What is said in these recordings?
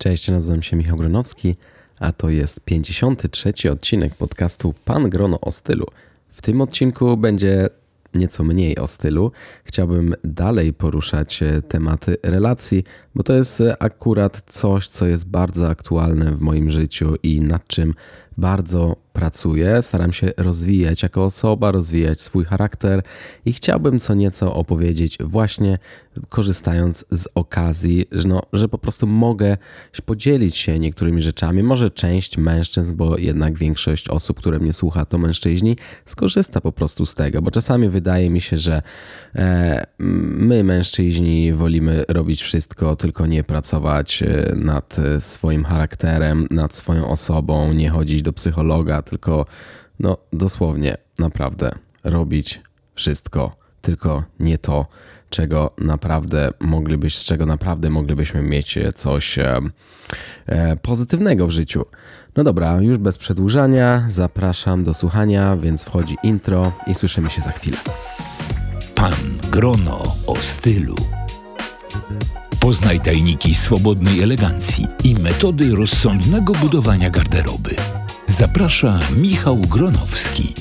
Cześć, nazywam się Michał Gronowski, a to jest 53. odcinek podcastu Pan Grono o stylu. W tym odcinku będzie nieco mniej o stylu. Chciałbym dalej poruszać tematy relacji, bo to jest akurat coś, co jest bardzo aktualne w moim życiu i nad czym bardzo pracuję. Staram się rozwijać jako osoba, rozwijać swój charakter i chciałbym co nieco opowiedzieć właśnie korzystając z okazji, że po prostu mogę podzielić się niektórymi rzeczami. Może część mężczyzn, bo jednak większość osób, które mnie słucha, to mężczyźni, skorzysta po prostu z tego, bo czasami wydaje mi się, że my mężczyźni wolimy robić wszystko, tylko nie pracować nad swoim charakterem, nad swoją osobą, nie chodzić do psychologa, tylko dosłownie naprawdę robić wszystko, tylko nie to, z czego naprawdę moglibyśmy mieć coś pozytywnego w życiu. No dobra, już bez przedłużania, zapraszam do słuchania, więc wchodzi intro i słyszymy się za chwilę. Pan Grono o stylu. Poznaj tajniki swobodnej elegancji i metody rozsądnego budowania garderoby. Zaprasza Michał Gronowski.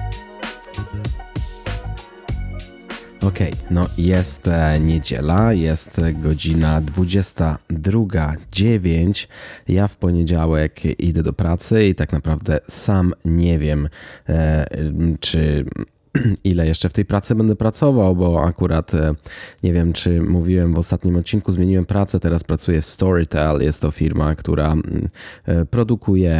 Okej, jest niedziela, jest godzina 22:09. Ja w poniedziałek idę do pracy i tak naprawdę sam nie wiem, ile jeszcze w tej pracy będę pracował, bo akurat nie wiem, czy mówiłem w ostatnim odcinku, zmieniłem pracę, teraz pracuję w Storytel. Jest to firma, która produkuje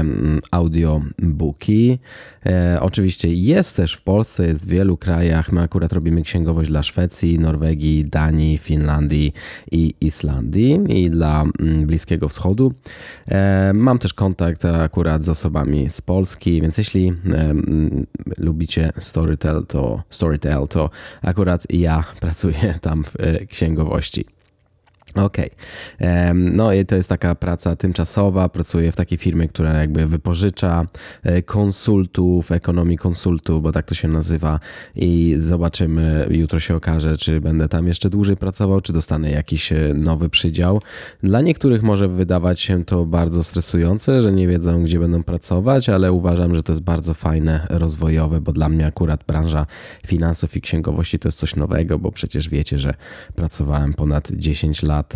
audiobooki. Oczywiście jest też w Polsce, jest w wielu krajach. My akurat robimy księgowość dla Szwecji, Norwegii, Danii, Finlandii i Islandii i dla Bliskiego Wschodu. Mam też kontakt akurat z osobami z Polski, więc jeśli lubicie Storytel, to akurat ja pracuję tam w księgowości. Okej. I to jest taka praca tymczasowa. Pracuję w takiej firmie, która jakby wypożycza konsultów, ekonomii konsultów, bo tak to się nazywa i zobaczymy, jutro się okaże, czy będę tam jeszcze dłużej pracował, czy dostanę jakiś nowy przydział. Dla niektórych może wydawać się to bardzo stresujące, że nie wiedzą, gdzie będą pracować, ale uważam, że to jest bardzo fajne, rozwojowe, bo dla mnie akurat branża finansów i księgowości to jest coś nowego, bo przecież wiecie, że pracowałem ponad 10 lat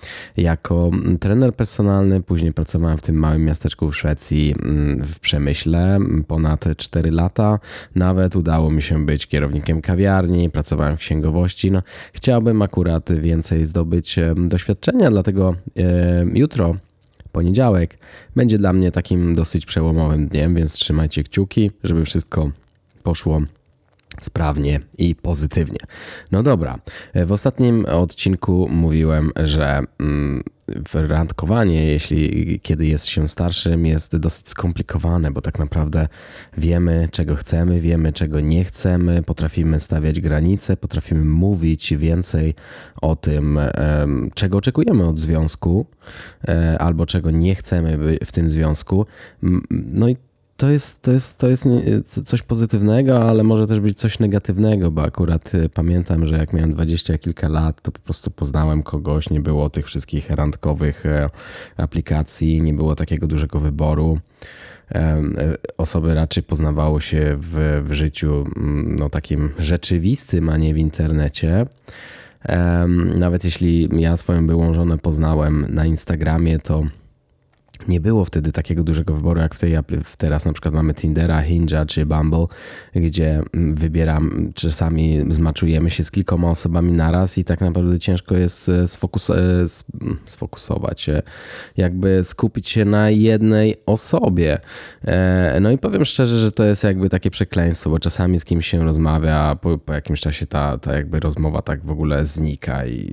jako trener personalny, później pracowałem w tym małym miasteczku w Szwecji w przemyśle ponad 4 lata. Nawet udało mi się być kierownikiem kawiarni, pracowałem w księgowości. Chciałbym akurat więcej zdobyć doświadczenia, dlatego jutro, poniedziałek, będzie dla mnie takim dosyć przełomowym dniem, więc trzymajcie kciuki, żeby wszystko poszło sprawnie i pozytywnie. No dobra, w ostatnim odcinku mówiłem, że randkowanie, kiedy jest się starszym, jest dosyć skomplikowane, bo tak naprawdę wiemy, czego chcemy, wiemy, czego nie chcemy, potrafimy stawiać granice, potrafimy mówić więcej o tym, czego oczekujemy od związku, albo czego nie chcemy w tym związku. No i to jest coś pozytywnego, ale może też być coś negatywnego, bo akurat pamiętam, że jak miałem 20 kilka lat, to po prostu poznałem kogoś, nie było tych wszystkich randkowych aplikacji, nie było takiego dużego wyboru. Osoby raczej poznawało się w życiu takim rzeczywistym, a nie w internecie. Nawet jeśli ja swoją byłą żonę poznałem na Instagramie, to nie było wtedy takiego dużego wyboru, jak teraz na przykład mamy Tindera, Hinge'a czy Bumble, gdzie wybieram, czasami zmaczujemy się z kilkoma osobami naraz i tak naprawdę ciężko jest sfokusować się, jakby skupić się na jednej osobie. No i powiem szczerze, że to jest jakby takie przekleństwo, bo czasami z kimś się rozmawia, a po jakimś czasie ta jakby rozmowa tak w ogóle znika i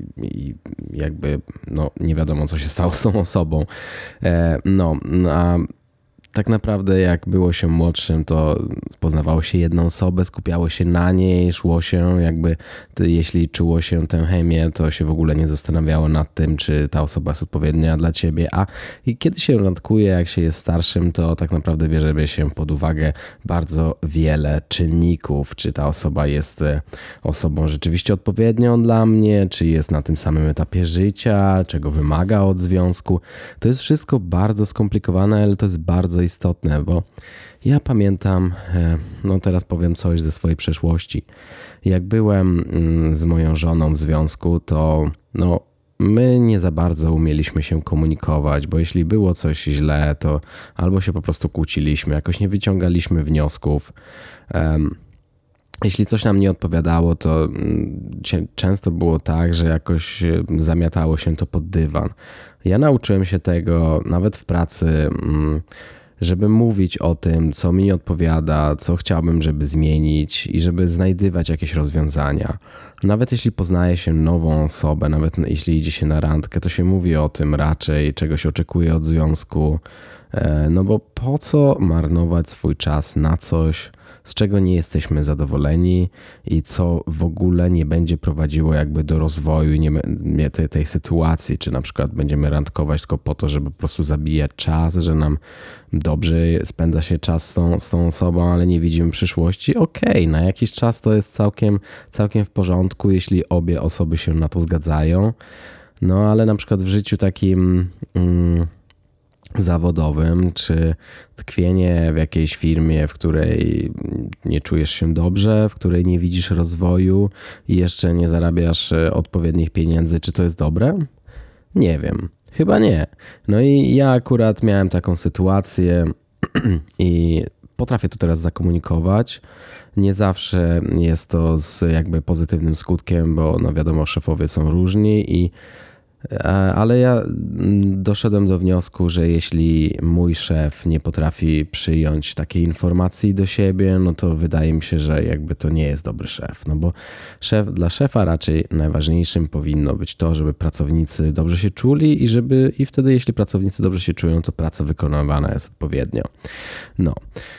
jakby nie wiadomo, co się stało z tą osobą. A tak naprawdę jak było się młodszym, to poznawało się jedną osobę, skupiało się na niej, szło się jakby, jeśli czuło się tę chemię, to się w ogóle nie zastanawiało nad tym, czy ta osoba jest odpowiednia dla ciebie, a kiedy się randkuje, jak się jest starszym, to tak naprawdę bierze się pod uwagę bardzo wiele czynników, czy ta osoba jest osobą rzeczywiście odpowiednią dla mnie, czy jest na tym samym etapie życia, czego wymaga od związku. To jest wszystko bardzo skomplikowane, ale to jest bardzo istotne, bo ja pamiętam, no teraz powiem coś ze swojej przeszłości. Jak byłem z moją żoną w związku, to no my nie za bardzo umieliśmy się komunikować, bo jeśli było coś źle, to albo się po prostu kłóciliśmy, jakoś nie wyciągaliśmy wniosków. Jeśli coś nam nie odpowiadało, to często było tak, że jakoś zamiatało się to pod dywan. Ja nauczyłem się tego nawet w pracy, żeby mówić o tym, co mi nie odpowiada, co chciałbym, żeby zmienić i żeby znajdywać jakieś rozwiązania. Nawet jeśli poznaje się nową osobę, nawet jeśli idzie się na randkę, to się mówi o tym raczej, czego się oczekuje od związku. No bo po co marnować swój czas na coś, z czego nie jesteśmy zadowoleni i co w ogóle nie będzie prowadziło jakby do rozwoju tej sytuacji, czy na przykład będziemy randkować tylko po to, żeby po prostu zabijać czas, że nam dobrze spędza się czas z tą osobą, ale nie widzimy przyszłości. Okej, na jakiś czas to jest całkiem w porządku, jeśli obie osoby się na to zgadzają, no ale na przykład w życiu takim zawodowym, czy tkwienie w jakiejś firmie, w której nie czujesz się dobrze, w której nie widzisz rozwoju i jeszcze nie zarabiasz odpowiednich pieniędzy, czy to jest dobre? Nie wiem. Chyba nie. No i ja akurat miałem taką sytuację i potrafię to teraz zakomunikować. Nie zawsze jest to z jakby pozytywnym skutkiem, bo no wiadomo, szefowie są różni ale ja doszedłem do wniosku, że jeśli mój szef nie potrafi przyjąć takiej informacji do siebie, no to wydaje mi się, że jakby to nie jest dobry szef. No bo dla szefa raczej najważniejszym powinno być to, żeby pracownicy dobrze się czuli i wtedy jeśli pracownicy dobrze się czują, to praca wykonywana jest odpowiednio. No.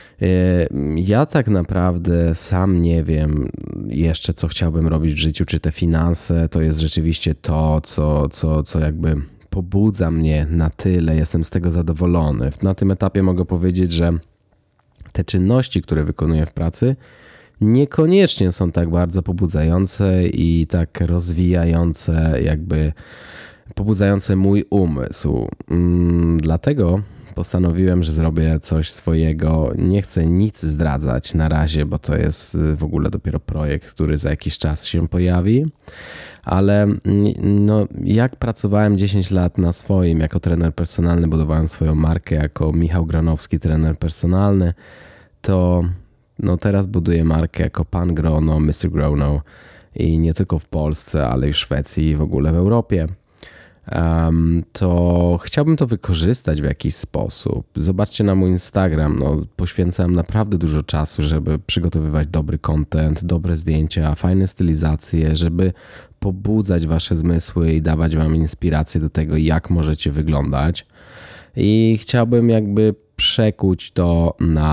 Ja tak naprawdę sam nie wiem jeszcze, co chciałbym robić w życiu, czy te finanse to jest rzeczywiście to, co jakby pobudza mnie na tyle, jestem z tego zadowolony. Na tym etapie mogę powiedzieć, że te czynności, które wykonuję w pracy, niekoniecznie są tak bardzo pobudzające i tak rozwijające, jakby pobudzające mój umysł. Dlatego postanowiłem, że zrobię coś swojego. Nie chcę nic zdradzać na razie, bo to jest w ogóle dopiero projekt, który za jakiś czas się pojawi. Ale no, jak pracowałem 10 lat na swoim jako trener personalny, budowałem swoją markę jako Michał Gronowski, trener personalny, to no, teraz buduję markę jako Pan Grono, Mr. Grono i nie tylko w Polsce, ale i w Szwecji i w ogóle w Europie. To chciałbym to wykorzystać w jakiś sposób. Zobaczcie na mój Instagram, no, poświęcam naprawdę dużo czasu, żeby przygotowywać dobry content, dobre zdjęcia, fajne stylizacje, żeby pobudzać wasze zmysły i dawać wam inspirację do tego, jak możecie wyglądać. I chciałbym jakby przekuć to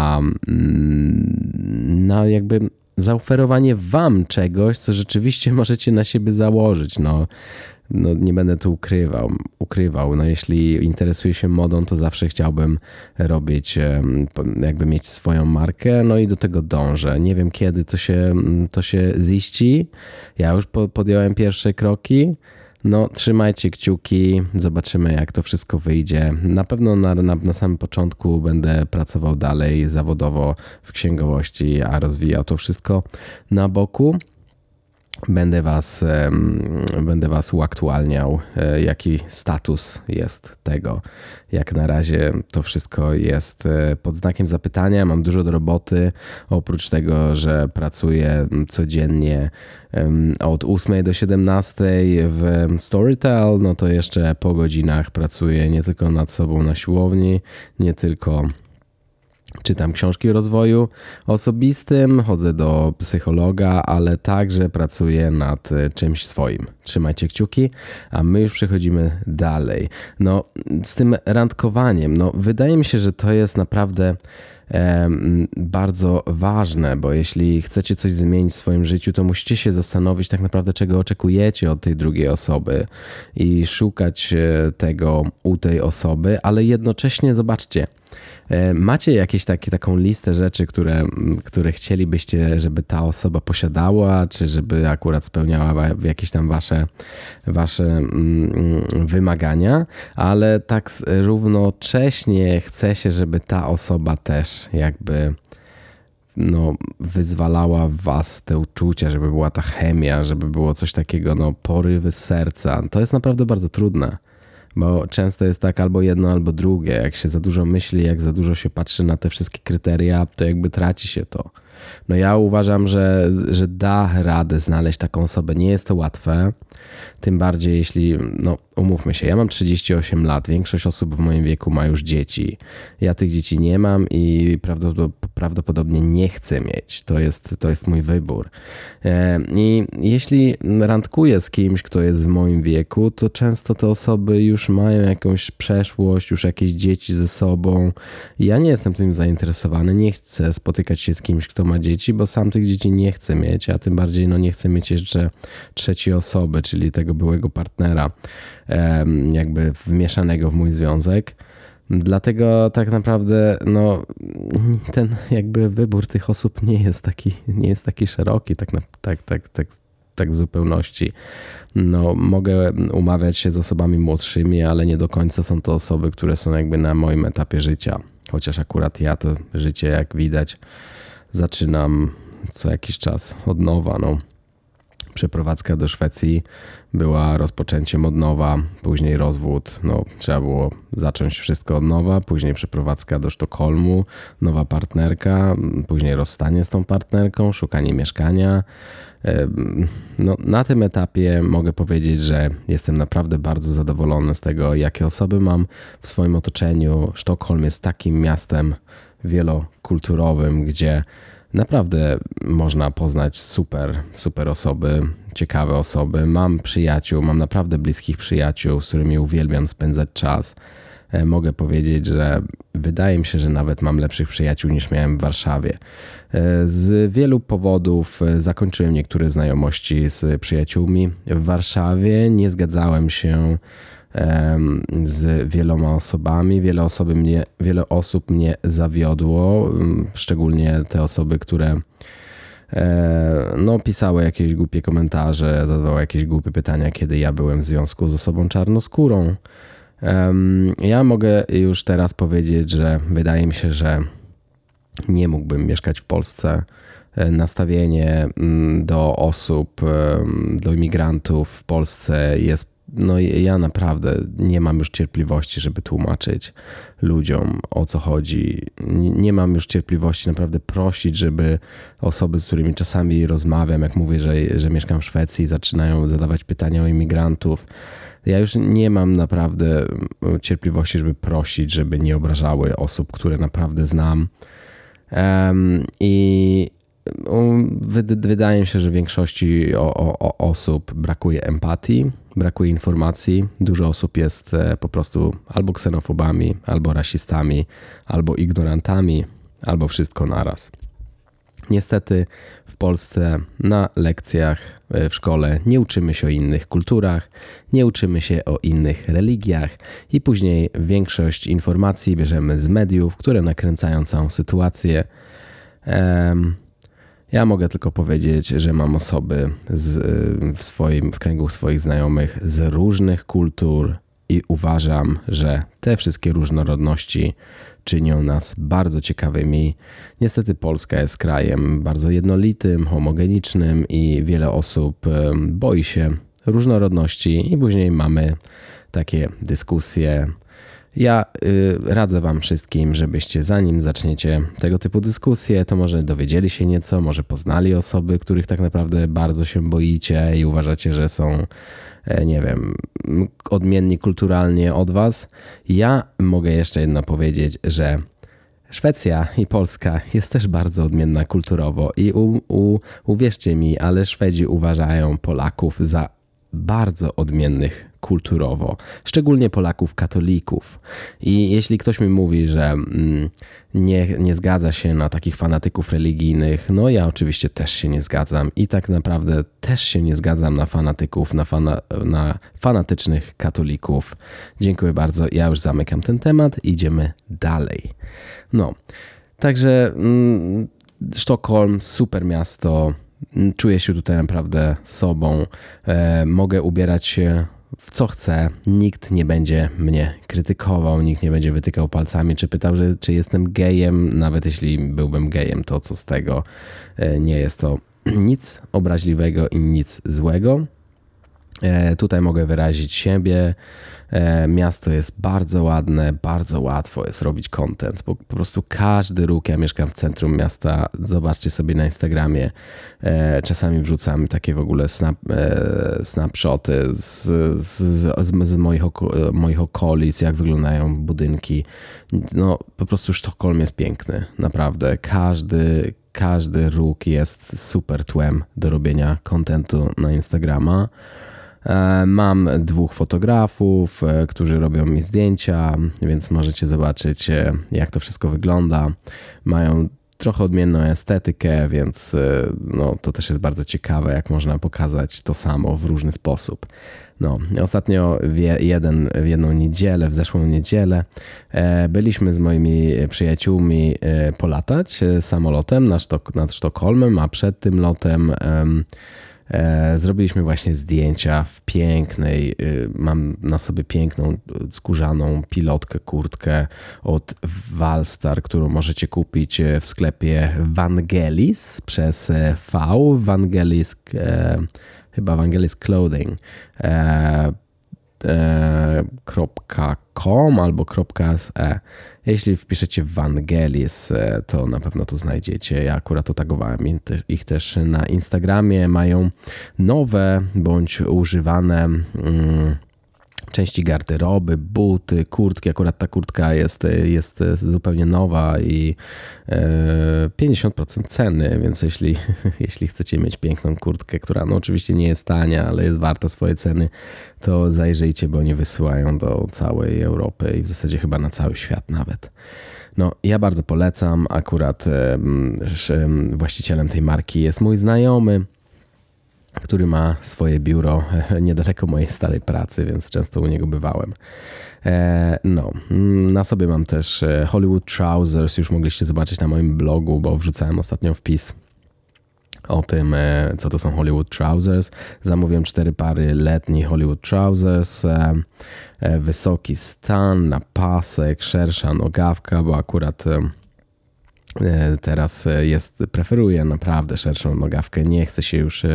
na jakby zaoferowanie wam czegoś, co rzeczywiście możecie na siebie założyć. No nie będę tu ukrywał. No jeśli interesuję się modą, to zawsze chciałbym robić, jakby mieć swoją markę, no i do tego dążę. Nie wiem kiedy to się ziści. Ja już podjąłem pierwsze kroki. No trzymajcie kciuki, zobaczymy jak to wszystko wyjdzie. Na pewno na samym początku będę pracował dalej zawodowo w księgowości, a rozwijał to wszystko na boku. Będę was uaktualniał, jaki status jest tego. Jak na razie to wszystko jest pod znakiem zapytania. Mam dużo do roboty. Oprócz tego, że pracuję codziennie od 8 do 17 w Storytel, no to jeszcze po godzinach pracuję nie tylko nad sobą na siłowni, nie tylko Czytam książki o rozwoju osobistym, chodzę do psychologa, ale także pracuję nad czymś swoim. Trzymajcie kciuki, a my już przechodzimy dalej. No, z tym randkowaniem, wydaje mi się, że to jest naprawdę bardzo ważne, bo jeśli chcecie coś zmienić w swoim życiu, to musicie się zastanowić tak naprawdę, czego oczekujecie od tej drugiej osoby i szukać tego u tej osoby, ale jednocześnie zobaczcie, macie jakieś taką listę rzeczy, które chcielibyście, żeby ta osoba posiadała, czy żeby akurat spełniała jakieś tam wasze wymagania, ale tak równocześnie chce się, żeby ta osoba też jakby wyzwalała w was te uczucia, żeby była ta chemia, żeby było coś takiego, porywy z serca. To jest naprawdę bardzo trudne. Bo często jest tak albo jedno, albo drugie. Jak się za dużo myśli, jak za dużo się patrzy na te wszystkie kryteria, to jakby traci się to. Ja uważam, że da radę znaleźć taką osobę. Nie jest to łatwe. Tym bardziej jeśli, umówmy się, ja mam 38 lat, większość osób w moim wieku ma już dzieci. Ja tych dzieci nie mam i prawdopodobnie nie chcę mieć. To jest mój wybór. I jeśli randkuję z kimś, kto jest w moim wieku, to często te osoby już mają jakąś przeszłość, już jakieś dzieci ze sobą. Ja nie jestem tym zainteresowany, nie chcę spotykać się z kimś, kto ma dzieci, bo sam tych dzieci nie chcę mieć, a tym bardziej nie chcę mieć jeszcze trzeciej osoby, czyli tego byłego partnera, jakby wmieszanego w mój związek. Dlatego tak naprawdę ten jakby wybór tych osób nie jest taki szeroki tak w zupełności. Mogę umawiać się z osobami młodszymi, ale nie do końca są to osoby, które są jakby na moim etapie życia. Chociaż akurat ja to życie, jak widać, zaczynam co jakiś czas od nowa. Przeprowadzka do Szwecji była rozpoczęciem od nowa, później rozwód, trzeba było zacząć wszystko od nowa, później przeprowadzka do Sztokholmu, nowa partnerka, później rozstanie z tą partnerką, szukanie mieszkania. Na tym etapie mogę powiedzieć, że jestem naprawdę bardzo zadowolony z tego, jakie osoby mam w swoim otoczeniu. Sztokholm jest takim miastem wielokulturowym, gdzie naprawdę można poznać super osoby, ciekawe osoby. Mam przyjaciół, mam naprawdę bliskich przyjaciół, z którymi uwielbiam spędzać czas. Mogę powiedzieć, że wydaje mi się, że nawet mam lepszych przyjaciół niż miałem w Warszawie. Z wielu powodów zakończyłem niektóre znajomości z przyjaciółmi w Warszawie. Nie zgadzałem się z wieloma osobami. Wiele osób mnie zawiodło, szczególnie te osoby, które pisały jakieś głupie komentarze, zadawały jakieś głupie pytania, kiedy ja byłem w związku z osobą czarnoskórą. Ja mogę już teraz powiedzieć, że wydaje mi się, że nie mógłbym mieszkać w Polsce. Nastawienie do osób, do imigrantów w Polsce jest ja naprawdę nie mam już cierpliwości, żeby tłumaczyć ludziom, o co chodzi. Nie mam już cierpliwości naprawdę prosić, żeby osoby, z którymi czasami rozmawiam, jak mówię, że mieszkam w Szwecji, zaczynają zadawać pytania o imigrantów. Ja już nie mam naprawdę cierpliwości, żeby prosić, żeby nie obrażały osób, które naprawdę znam. I wydaje mi się, że większości osób brakuje empatii, brakuje informacji. Dużo osób jest po prostu albo ksenofobami, albo rasistami, albo ignorantami, albo wszystko naraz. Niestety w Polsce na lekcjach w szkole nie uczymy się o innych kulturach, nie uczymy się o innych religiach i później większość informacji bierzemy z mediów, które nakręcają całą sytuację. Ja mogę tylko powiedzieć, że mam osoby w kręgu swoich znajomych z różnych kultur i uważam, że te wszystkie różnorodności czynią nas bardzo ciekawymi. Niestety Polska jest krajem bardzo jednolitym, homogenicznym i wiele osób boi się różnorodności i później mamy takie dyskusje. Ja radzę wam wszystkim, żebyście zanim zaczniecie tego typu dyskusje, to może dowiedzieli się nieco, może poznali osoby, których tak naprawdę bardzo się boicie i uważacie, że są, nie wiem, odmienni kulturalnie od was. Ja mogę jeszcze jedno powiedzieć, że Szwecja i Polska jest też bardzo odmienna kulturowo i uwierzcie mi, ale Szwedzi uważają Polaków za bardzo odmiennych kulturowo, szczególnie Polaków katolików. I jeśli ktoś mi mówi, że nie zgadza się na takich fanatyków religijnych, no ja oczywiście też się nie zgadzam i tak naprawdę też się nie zgadzam na fanatyków, na fanatycznych katolików. Dziękuję bardzo, ja już zamykam ten temat, idziemy dalej. No, także Sztokholm, super miasto, czuję się tutaj naprawdę sobą, mogę ubierać się w co chcę, nikt nie będzie mnie krytykował, nikt nie będzie wytykał palcami, czy pytał, czy jestem gejem, nawet jeśli byłbym gejem, to co z tego, nie jest to nic obraźliwego i nic złego. Tutaj mogę wyrazić siebie. Miasto jest bardzo ładne, bardzo łatwo jest robić content. Po prostu każdy róg, ja mieszkam w centrum miasta, zobaczcie sobie na Instagramie, czasami wrzucam takie w ogóle snapshoty z moich okolic, jak wyglądają budynki. No po prostu Sztokholm jest piękny, naprawdę. Każdy róg jest super tłem do robienia contentu na Instagrama. Mam 2 fotografów, którzy robią mi zdjęcia, więc możecie zobaczyć, jak to wszystko wygląda. Mają trochę odmienną estetykę, więc no, to też jest bardzo ciekawe, jak można pokazać to samo w różny sposób. No, ostatnio w jedną niedzielę, w zeszłą niedzielę, byliśmy z moimi przyjaciółmi polatać samolotem nad Sztokholmem, a przed tym lotem zrobiliśmy właśnie zdjęcia w pięknej, mam na sobie piękną skórzaną pilotkę, kurtkę od Valstar, którą możecie kupić w sklepie Vangelis przez V, Vangelis, chyba Vangelis Clothing .com albo .se. Jeśli wpiszecie Vangelis, to na pewno to znajdziecie. Ja akurat otagowałem ich też na Instagramie. Mają nowe bądź używane części garderoby, buty, kurtki. Akurat ta kurtka jest zupełnie nowa i 50% ceny, więc jeśli chcecie mieć piękną kurtkę, która no oczywiście nie jest tania, ale jest warta swojej ceny, to zajrzyjcie, bo oni wysyłają do całej Europy i w zasadzie chyba na cały świat nawet. No, ja bardzo polecam. Akurat właścicielem tej marki jest mój znajomy, który ma swoje biuro niedaleko mojej starej pracy, więc często u niego bywałem. No, na sobie mam też Hollywood Trousers, już mogliście zobaczyć na moim blogu, bo wrzucałem ostatnio wpis o tym, co to są Hollywood Trousers. Zamówiłem 4 pary letnich Hollywood Trousers, wysoki stan, na pasek, szersza nogawka, bo akurat teraz preferuję naprawdę szerszą nogawkę. Nie chcę się już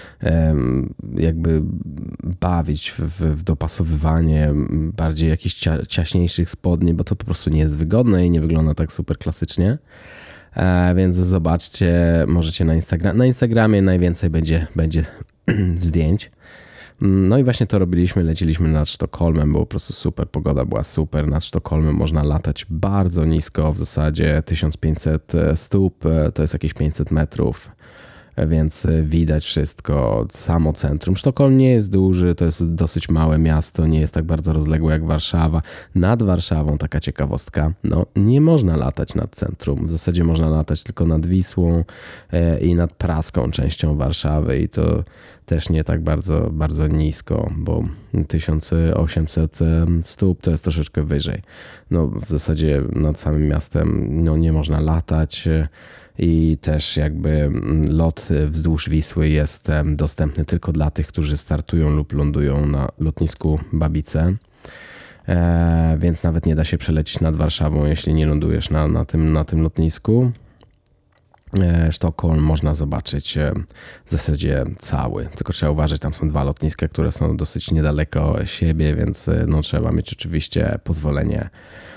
jakby bawić w dopasowywanie bardziej jakichś ciaśniejszych spodni, bo to po prostu nie jest wygodne i nie wygląda tak super klasycznie. Więc zobaczcie, możecie na Instagramie najwięcej będzie zdjęć. No i właśnie to robiliśmy, leciliśmy nad Sztokholmem, było po prostu super, pogoda była super, nad Sztokholmem można latać bardzo nisko, w zasadzie 1500 stóp, to jest jakieś 500 metrów, więc widać wszystko, samo centrum. Sztokholm nie jest duży, to jest dosyć małe miasto, nie jest tak bardzo rozległe jak Warszawa. Nad Warszawą, taka ciekawostka, no nie można latać nad centrum, w zasadzie można latać tylko nad Wisłą i nad praską częścią Warszawy i to też nie tak bardzo, bardzo nisko, bo 1800 stóp to jest troszeczkę wyżej. No w zasadzie nad samym miastem no, nie można latać i też jakby lot wzdłuż Wisły jest dostępny tylko dla tych, którzy startują lub lądują na lotnisku Babice. Więc nawet nie da się przelecieć nad Warszawą, jeśli nie lądujesz na tym lotnisku. Sztokholm można zobaczyć w zasadzie cały, tylko trzeba uważać, tam są 2 lotniska, które są dosyć niedaleko siebie, więc no, trzeba mieć oczywiście pozwolenie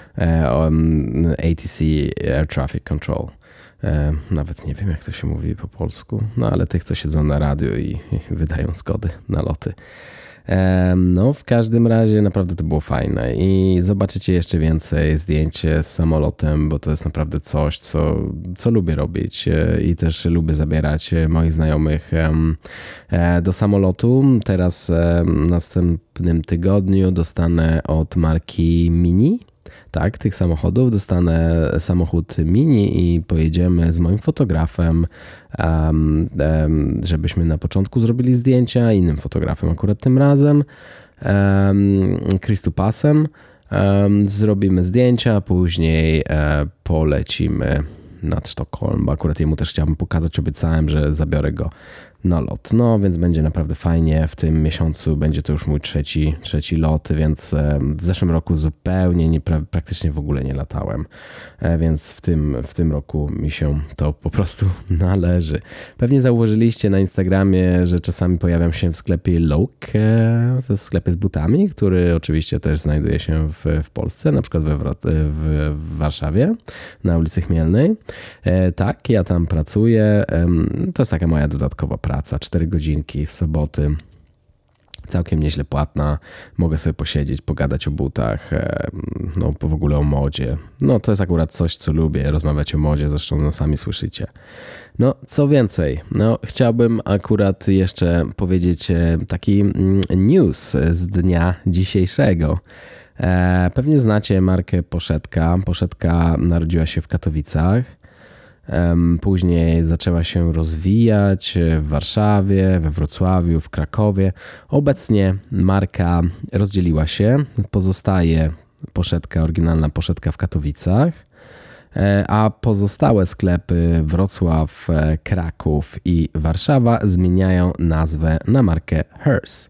ATC, Air Traffic Control. Nawet nie wiem, jak to się mówi po polsku, no ale tych, co siedzą na radiu i wydają zgody na loty. No, w każdym razie naprawdę to było fajne i zobaczycie jeszcze więcej zdjęć z samolotem, bo to jest naprawdę coś, co lubię robić i też lubię zabierać moich znajomych do samolotu. Teraz w następnym tygodniu dostanę od marki Mini. Tak, tych samochodów. Dostanę samochód Mini i pojedziemy z moim fotografem, żebyśmy na początku zrobili zdjęcia, innym fotografem akurat tym razem, Kristupasem. Zrobimy zdjęcia, później polecimy nad Sztokholm, bo akurat jemu też chciałbym pokazać, obiecałem, że zabiorę go na lot. No, więc będzie naprawdę fajnie. W tym miesiącu będzie to już mój trzeci lot, więc w zeszłym roku zupełnie praktycznie w ogóle nie latałem, więc w tym roku mi się to po prostu należy. Pewnie zauważyliście na Instagramie, że czasami pojawiam się w sklepie Loke, w sklepie z butami, który oczywiście też znajduje się w Polsce, na przykład w Warszawie, na ulicy Chmielnej. Tak, ja tam pracuję. To jest taka moja dodatkowa praca, 4 godzinki w soboty. Całkiem nieźle płatna, mogę sobie posiedzieć, pogadać o butach, no w ogóle o modzie. No to jest akurat coś, co lubię, rozmawiać o modzie, zresztą no, sami słyszycie. No co więcej, no chciałbym akurat jeszcze powiedzieć taki news z dnia dzisiejszego. Pewnie znacie markę Poszetka. Poszetka narodziła się w Katowicach. Później zaczęła się rozwijać w Warszawie, we Wrocławiu, w Krakowie. Obecnie marka rozdzieliła się. Pozostaje Poszetka, oryginalna Poszetka w Katowicach, a pozostałe sklepy Wrocław, Kraków i Warszawa zmieniają nazwę na markę Hers.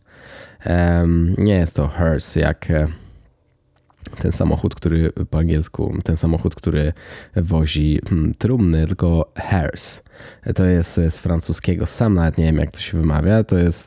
Nie jest to Hers jak ten samochód, który po angielsku, ten samochód, który wozi trumny, tylko Hers. To jest z francuskiego, sam nawet nie wiem jak to się wymawia. To jest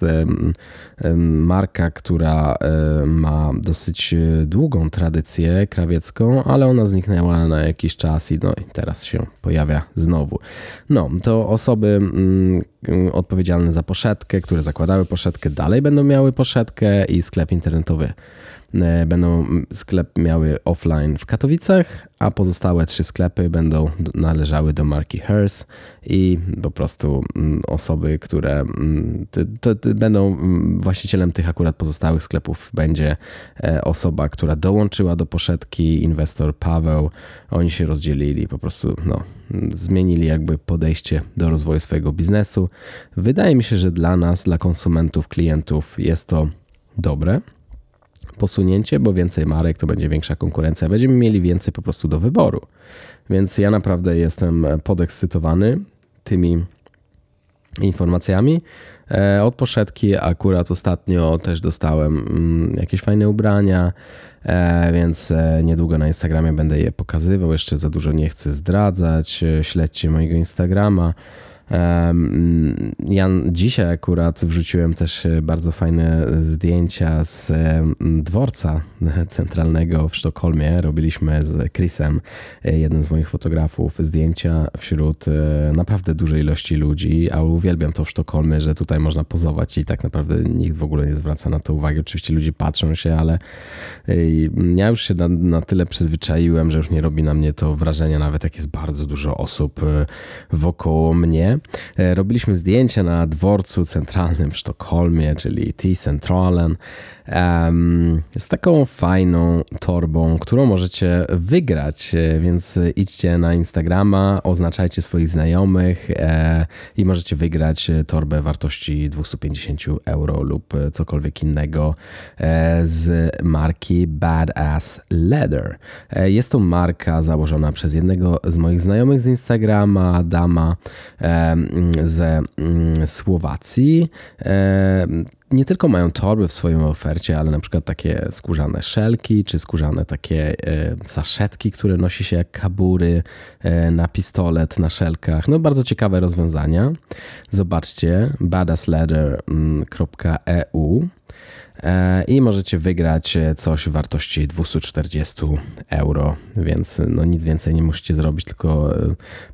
marka, która ma dosyć długą tradycję krawiecką, ale ona zniknęła na jakiś czas i teraz się pojawia znowu. No, to osoby odpowiedzialne za Poszetkę, które zakładały Poszetkę, dalej będą miały Poszetkę i sklep internetowy będą sklep miały offline w Katowicach, a pozostałe 3 sklepy będą należały do marki Hers i po prostu osoby, które będą właścicielem tych akurat pozostałych sklepów będzie osoba, która dołączyła do Poszetki, inwestor Paweł. Oni się rozdzielili, po prostu zmienili jakby podejście do rozwoju swojego biznesu. Wydaje mi się, że dla nas, dla konsumentów, klientów jest to dobre posunięcie, bo więcej marek to będzie większa konkurencja. Będziemy mieli więcej po prostu do wyboru. Więc ja naprawdę jestem podekscytowany tymi informacjami. Od Poszetki akurat ostatnio też dostałem jakieś fajne ubrania, więc niedługo na Instagramie będę je pokazywał. Jeszcze za dużo nie chcę zdradzać. Śledźcie mojego Instagrama. Ja dzisiaj akurat wrzuciłem też bardzo fajne zdjęcia z dworca centralnego w Sztokholmie. Robiliśmy z Chrisem, jednym z moich fotografów, zdjęcia wśród naprawdę dużej ilości ludzi, a uwielbiam to w Sztokholmie, że tutaj można pozować i tak naprawdę nikt w ogóle nie zwraca na to uwagi. Oczywiście ludzie patrzą się, ale ja już się na tyle przyzwyczaiłem, że już nie robi na mnie to wrażenia, nawet jak jest bardzo dużo osób wokoło mnie. Robiliśmy zdjęcia na dworcu centralnym w Sztokholmie, czyli T-Centralen, z taką fajną torbą, którą możecie wygrać, więc idźcie na Instagrama, oznaczajcie swoich znajomych i możecie wygrać torbę wartości 250 euro lub cokolwiek innego z marki Badass Leather. Jest to marka założona przez jednego z moich znajomych z Instagrama, dama ze Słowacji. Nie tylko mają torby w swojej ofercie, ale na przykład takie skórzane szelki, czy skórzane takie saszetki, które nosi się jak kabury na pistolet, na szelkach. No bardzo ciekawe rozwiązania. Zobaczcie badassleather.eu i możecie wygrać coś w wartości 240 euro, więc nic więcej nie musicie zrobić, tylko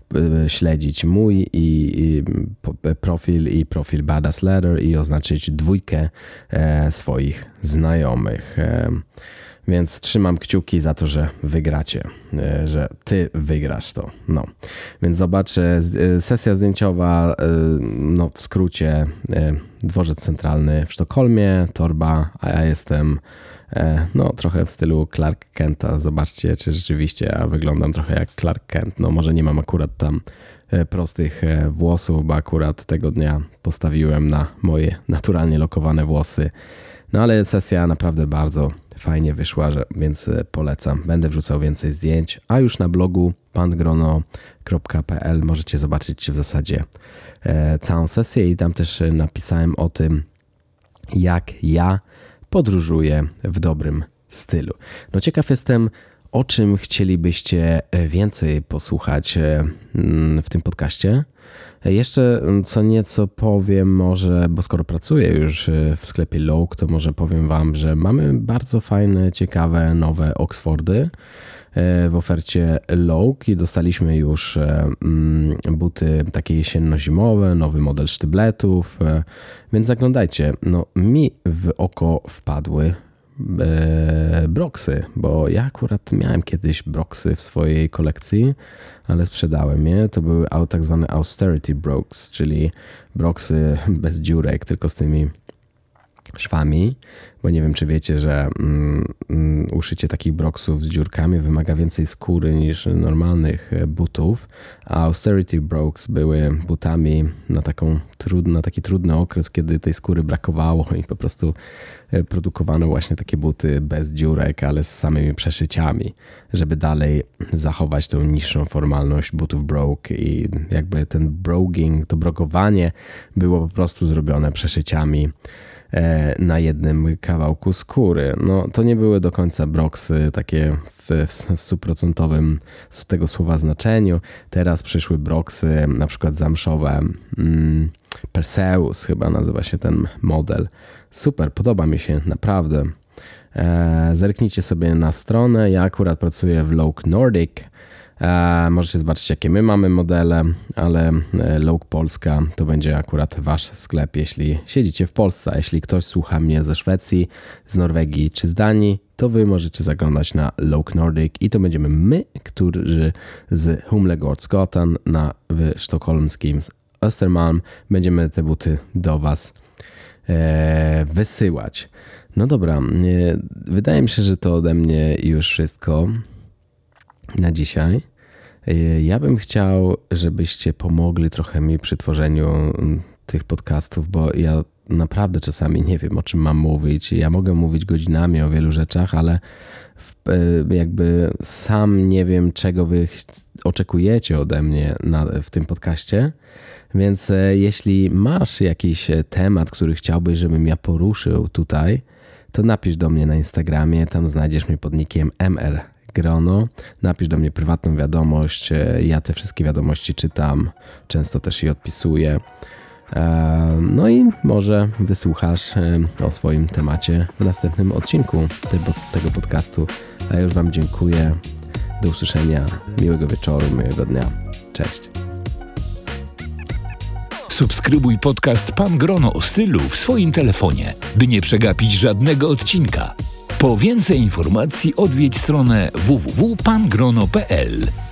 śledzić mój i profil i profil Badass Leather i oznaczyć 2 swoich znajomych. Więc trzymam kciuki za to, że wygracie, że ty wygrasz to. No. Więc zobaczę, sesja zdjęciowa, no w skrócie, dworzec centralny w Sztokholmie, torba, a ja jestem no trochę w stylu Clark Kenta. Zobaczcie, czy rzeczywiście ja wyglądam trochę jak Clark Kent. No może nie mam akurat tam prostych włosów, bo akurat tego dnia postawiłem na moje naturalnie lokowane włosy. No ale sesja naprawdę bardzo fajnie wyszła, więc polecam. Będę wrzucał więcej zdjęć, a już na blogu pangrono.pl możecie zobaczyć w zasadzie całą sesję i tam też napisałem o tym, jak ja podróżuję w dobrym stylu. No ciekaw jestem, o czym chcielibyście więcej posłuchać w tym podcaście. Jeszcze co nieco powiem może, bo skoro pracuję już w sklepie Loke, to może powiem wam, że mamy bardzo fajne, ciekawe, nowe Oxfordy w ofercie Loke i dostaliśmy już buty takie jesienno-zimowe, nowy model sztybletów, więc zaglądajcie. No mi w oko wpadły broksy, bo ja akurat miałem kiedyś broksy w swojej kolekcji, ale sprzedałem je. To były tak zwane austerity brokes, czyli broksy bez dziurek, tylko z tymi szwami, bo nie wiem, czy wiecie, że uszycie takich broksów z dziurkami wymaga więcej skóry niż normalnych butów, a austerity brokes były butami na taki trudny okres, kiedy tej skóry brakowało i po prostu produkowano właśnie takie buty bez dziurek, ale z samymi przeszyciami, żeby dalej zachować tą niższą formalność butów brogue i jakby ten broguing, to brogowanie było po prostu zrobione przeszyciami na jednym kawałku skóry. No to nie były do końca broksy takie w 100% z tego słowa znaczeniu. Teraz przyszły broksy, na przykład zamszowe, Perseus chyba nazywa się ten model. Super, podoba mi się naprawdę. Zerknijcie sobie na stronę. Ja akurat pracuję w Loke Nordic. Możecie zobaczyć, jakie my mamy modele, ale Loke Polska to będzie akurat wasz sklep, jeśli siedzicie w Polsce. A jeśli ktoś słucha mnie ze Szwecji, z Norwegii czy z Danii, to wy możecie zaglądać na Loke Nordic i to będziemy my, którzy z Humlegårdsgatan w sztokholmskim Östermalm będziemy te buty do was wysyłać. No dobra, wydaje mi się, że to ode mnie już wszystko na dzisiaj. Ja bym chciał, żebyście pomogli trochę mi przy tworzeniu tych podcastów, bo ja naprawdę czasami nie wiem, o czym mam mówić. Ja mogę mówić godzinami o wielu rzeczach, ale jakby sam nie wiem, czego wy oczekujecie ode mnie w tym podcaście. Więc jeśli masz jakiś temat, który chciałbyś, żebym ja poruszył tutaj, to napisz do mnie na Instagramie, tam znajdziesz mnie pod nickiem mrgrono. Napisz do mnie prywatną wiadomość, ja te wszystkie wiadomości czytam, często też je odpisuję. No i może wysłuchasz o swoim temacie w następnym odcinku tego podcastu. A już wam dziękuję. Do usłyszenia. Miłego wieczoru, miłego dnia. Cześć. Subskrybuj podcast Pan Grono o stylu w swoim telefonie, by nie przegapić żadnego odcinka. Po więcej informacji odwiedź stronę www.pangrono.pl.